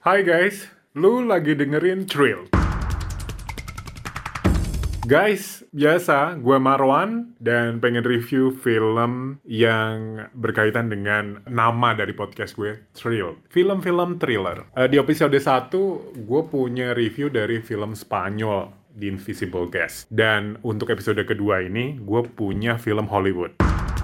Hai guys, lu lagi dengerin Thrill. Guys, biasa gue Marwan dan pengen review film yang berkaitan dengan nama dari podcast gue, Thrill. Film-film thriller. Di episode 1, gue punya review dari film Spanyol, The Invisible Guest. Dan untuk episode kedua ini, gue punya film Hollywood.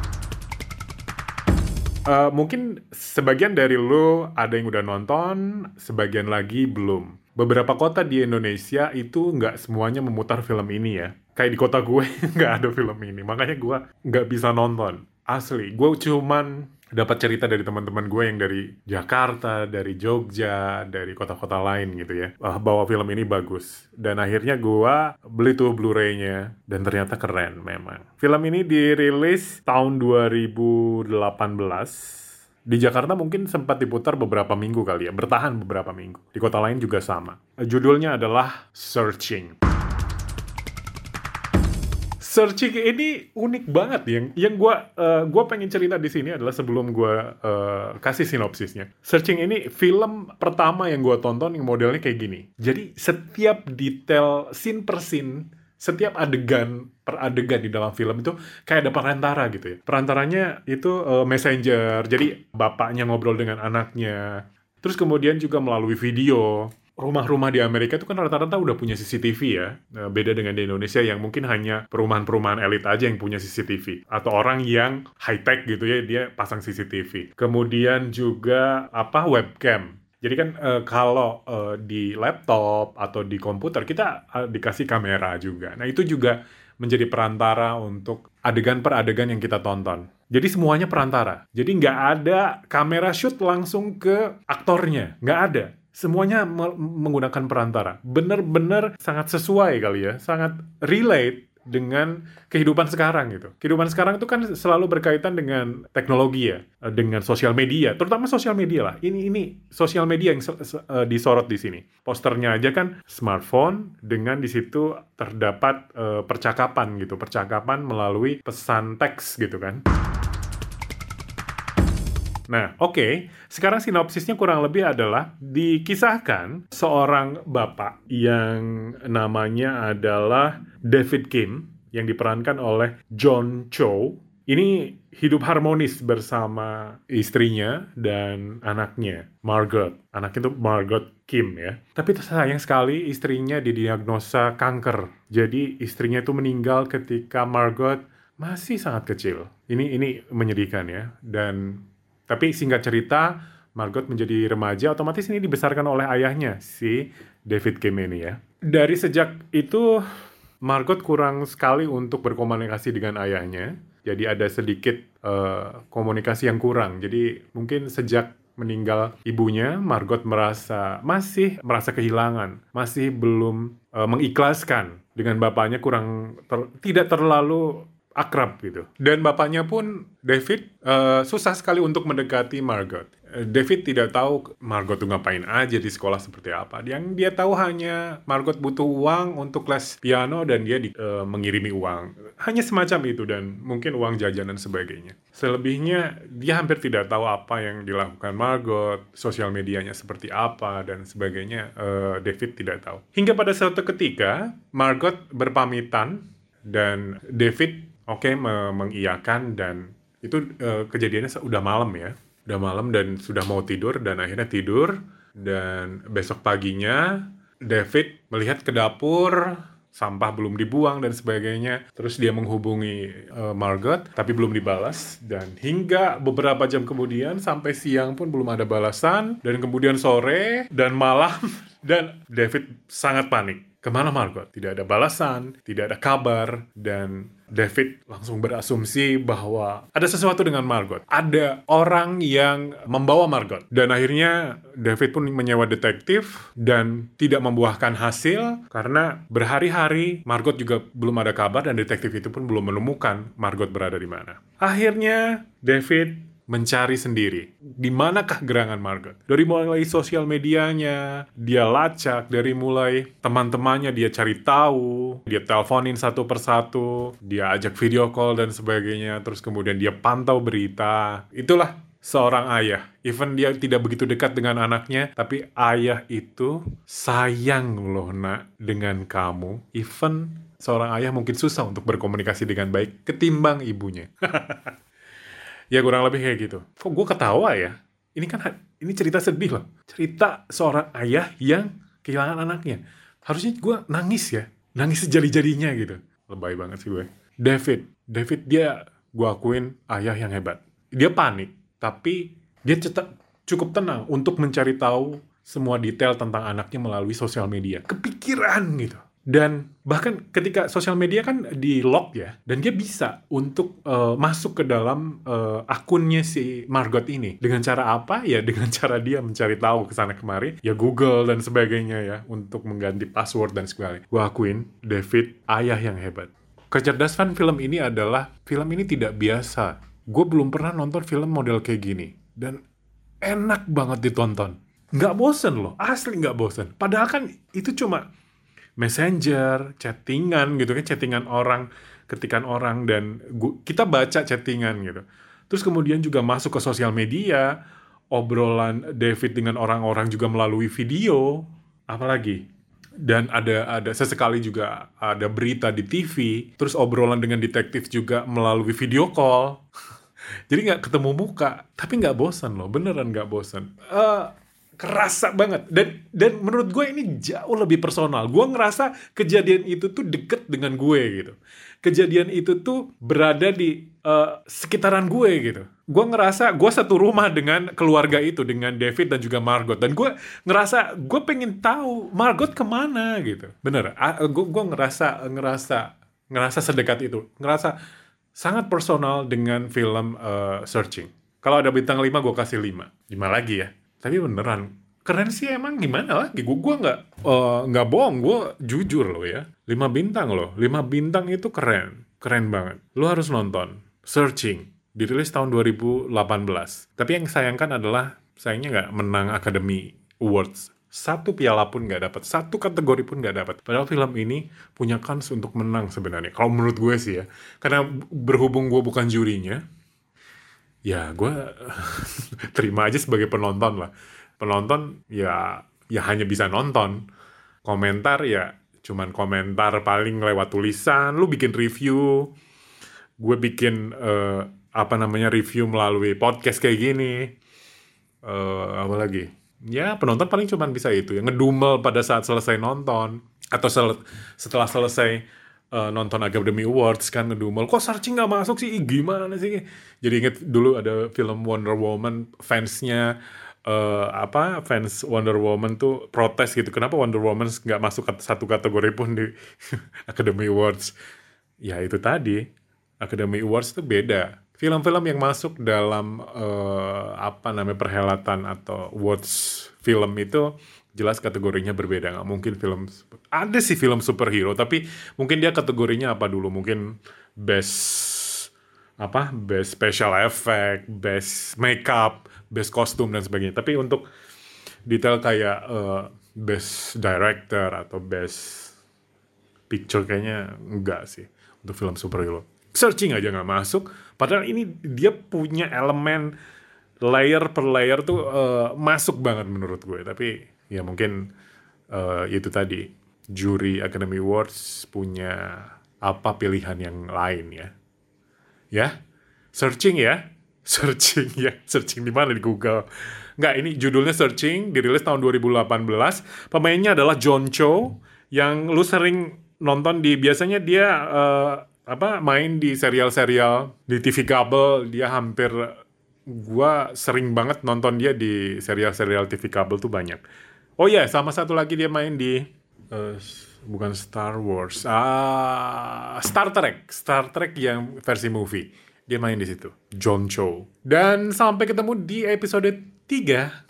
Mungkin sebagian dari lu ada yang udah nonton, sebagian lagi belum. Beberapa kota di Indonesia itu nggak semuanya memutar film ini ya. Kayak di kota gue nggak ada film ini, makanya gue nggak bisa nonton. Asli, gue cuman dapat cerita dari teman-teman gue yang dari Jakarta, dari Jogja, dari kota-kota lain gitu ya, bahwa film ini bagus. Dan akhirnya gue beli tuh Blu-ray-nya, dan ternyata keren memang. Film ini dirilis tahun 2018. Di Jakarta mungkin sempat diputar beberapa minggu kali ya, bertahan beberapa minggu. Di kota lain juga sama. Judulnya adalah Searching. Searching ini unik banget yang gue pengen cerita di sini adalah sebelum gue kasih sinopsisnya. Searching ini film pertama yang gue tonton yang modelnya kayak gini. Jadi setiap detail scene per scene, setiap adegan per adegan di dalam film itu kayak ada perantara gitu ya. Perantaranya itu messenger. Jadi bapaknya ngobrol dengan anaknya. Terus kemudian juga melalui video. Rumah-rumah di Amerika itu kan rata-rata udah punya CCTV ya. Beda dengan di Indonesia yang mungkin hanya perumahan-perumahan elit aja yang punya CCTV. Atau orang yang high-tech gitu ya, dia pasang CCTV. Kemudian juga webcam. Jadi kan kalau di laptop atau di komputer kita dikasih kamera juga. Nah itu juga menjadi perantara untuk adegan per adegan yang kita tonton. Jadi semuanya perantara. Jadi nggak ada kamera shoot langsung ke aktornya. Nggak ada. Semuanya menggunakan perantara. Bener-bener sangat sesuai kali ya. Sangat relate dengan kehidupan sekarang gitu. Kehidupan sekarang itu kan selalu berkaitan dengan teknologi ya. Dengan sosial media. Terutama sosial media lah. Ini sosial media yang disorot di sini. Posternya aja kan smartphone dengan di situ terdapat percakapan gitu. Percakapan melalui pesan teks gitu kan. Nah, oke. Sekarang sinopsisnya kurang lebih adalah dikisahkan seorang bapak yang namanya adalah David Kim yang diperankan oleh John Cho. Ini hidup harmonis bersama istrinya dan anaknya, Margot. Anaknya itu Margot Kim ya. Tapi sayang sekali istrinya didiagnosa kanker. Jadi istrinya itu meninggal ketika Margot masih sangat kecil. Ini menyedihkan ya. Tapi singkat cerita, Margot menjadi remaja, otomatis ini dibesarkan oleh ayahnya, si David Kim ini ya. Dari sejak itu, Margot kurang sekali untuk berkomunikasi dengan ayahnya. Jadi ada sedikit komunikasi yang kurang. Jadi mungkin sejak meninggal ibunya, Margot masih merasa kehilangan. Masih belum mengikhlaskan dengan bapaknya tidak terlalu akrab gitu. Dan bapaknya pun, David, susah sekali untuk mendekati Margot. David tidak tahu Margot tuh ngapain aja di sekolah seperti apa. Yang dia tahu hanya Margot butuh uang untuk les piano dan dia mengirimi uang. Hanya semacam itu dan mungkin uang jajan dan sebagainya. Selebihnya dia hampir tidak tahu apa yang dilakukan Margot, sosial medianya seperti apa dan sebagainya. David tidak tahu. Hingga pada suatu ketika Margot berpamitan dan David mengiyakan dan itu kejadiannya udah malam ya. Udah malam dan sudah mau tidur dan akhirnya tidur. Dan besok paginya David melihat ke dapur, sampah belum dibuang dan sebagainya. Terus dia menghubungi Margot, tapi belum dibalas. Dan hingga beberapa jam kemudian, sampai siang pun belum ada balasan. Dan kemudian sore dan malam, dan David sangat panik. Kemana Margot? Tidak ada balasan, tidak ada kabar, dan David langsung berasumsi bahwa ada sesuatu dengan Margot. Ada orang yang membawa Margot. Dan akhirnya David pun menyewa detektif dan tidak membuahkan hasil karena berhari-hari Margot juga belum ada kabar dan detektif itu pun belum menemukan Margot berada di mana. Akhirnya David mencari sendiri. Di manakah gerangan Margot? Dari mulai sosial medianya, dia lacak. Dari mulai teman-temannya, dia cari tahu. Dia teleponin satu persatu. Dia ajak video call dan sebagainya. Terus kemudian dia pantau berita. Itulah seorang ayah, even dia tidak begitu dekat dengan anaknya, tapi ayah itu sayang loh nak dengan kamu. Even seorang ayah mungkin susah untuk berkomunikasi dengan baik ketimbang ibunya. Ya kurang lebih kayak gitu. Kok gue ketawa ya? Ini cerita sedih loh. Cerita seorang ayah yang kehilangan anaknya. Harusnya gue nangis ya. Nangis sejadi-jadinya gitu. Lebay banget sih gue. David dia gue akuin ayah yang hebat. Dia panik, tapi dia cukup tenang untuk mencari tahu semua detail tentang anaknya melalui sosial media. Kepikiran gitu. Dan bahkan ketika sosial media kan di lock ya, dan dia bisa untuk masuk ke dalam akunnya si Margot ini. Dengan cara apa? Ya dengan cara dia mencari tahu kesana kemari, ya Google dan sebagainya ya, untuk mengganti password dan sebagainya. Gue akuin David ayah yang hebat. Kecerdasan film ini adalah, film ini tidak biasa. Gue belum pernah nonton film model kayak gini. Dan enak banget ditonton. Nggak bosen loh, asli nggak bosen. Padahal kan itu cuma Messenger, chattingan gitu kan, chattingan orang, ketikan orang, dan kita baca chattingan gitu. Terus kemudian juga masuk ke sosial media, obrolan David dengan orang-orang juga melalui video, apalagi. Dan ada sesekali juga ada berita di TV, terus obrolan dengan detektif juga melalui video call. Jadi nggak ketemu muka, tapi nggak bosan loh, beneran nggak bosan. Kerasa banget, dan menurut gue ini jauh lebih personal. Gue ngerasa kejadian itu tuh deket dengan gue gitu. Kejadian itu tuh berada di sekitaran gue gitu. Gue ngerasa gue satu rumah dengan keluarga itu, dengan David dan juga Margot, dan gue ngerasa gue pengen tahu Margot kemana gitu. Bener, gue ngerasa sedekat itu, ngerasa sangat personal dengan film Searching. Kalau ada bintang 5 gue kasih 5 lagi ya. Tapi beneran keren sih, emang gimana lagi, gue nggak bohong, gue jujur loh ya, 5 bintang loh, 5 bintang itu keren banget. Lo harus nonton Searching, dirilis tahun 2018. Tapi yang sayangkan adalah sayangnya nggak menang Academy Awards, satu piala pun nggak dapat, satu kategori pun nggak dapat. Padahal film ini punya kans untuk menang sebenarnya, kalau menurut gue sih ya, karena berhubung gue bukan jurinya, ya gue terima aja sebagai penonton lah. Penonton ya hanya bisa nonton. Komentar ya cuman komentar paling lewat tulisan. Lu bikin review, gue bikin review melalui podcast kayak gini. Apa lagi? Ya penonton paling cuman bisa itu ya, ngedumel pada saat selesai nonton, atau setelah selesai nonton Academy Awards kan ngedumel, kok Searching nggak masuk sih, gimana sih. Jadi inget dulu ada film Wonder Woman, fansnya fans Wonder Woman tuh protes gitu, kenapa Wonder Woman nggak masuk satu kategori pun di Academy Awards. Ya itu tadi, Academy Awards tuh beda. Film-film yang masuk dalam perhelatan atau awards film itu jelas kategorinya berbeda. Nggak mungkin ada sih film superhero, tapi mungkin dia kategorinya apa dulu, mungkin best special effect, best makeup, best kostum dan sebagainya. Tapi untuk detail kayak best director atau best picture kayaknya enggak sih untuk film superhero. Searching aja nggak masuk, padahal ini dia punya elemen layer per layer tuh masuk banget menurut gue. Tapi ya mungkin itu tadi, juri Academy Awards punya pilihan yang lain ya. Ya, Searching ya. Searching di mana, di Google? Nggak, ini judulnya Searching, dirilis tahun 2018. Pemainnya adalah John Cho, yang lu sering nonton biasanya dia main di serial-serial di TV kabel. Dia gua sering banget nonton dia di serial-serial TV kabel tuh banyak. Oh iya, sama satu lagi dia main di bukan Star Wars, Star Trek yang versi movie. Dia main di situ, John Cho. Dan sampai ketemu di episode 3.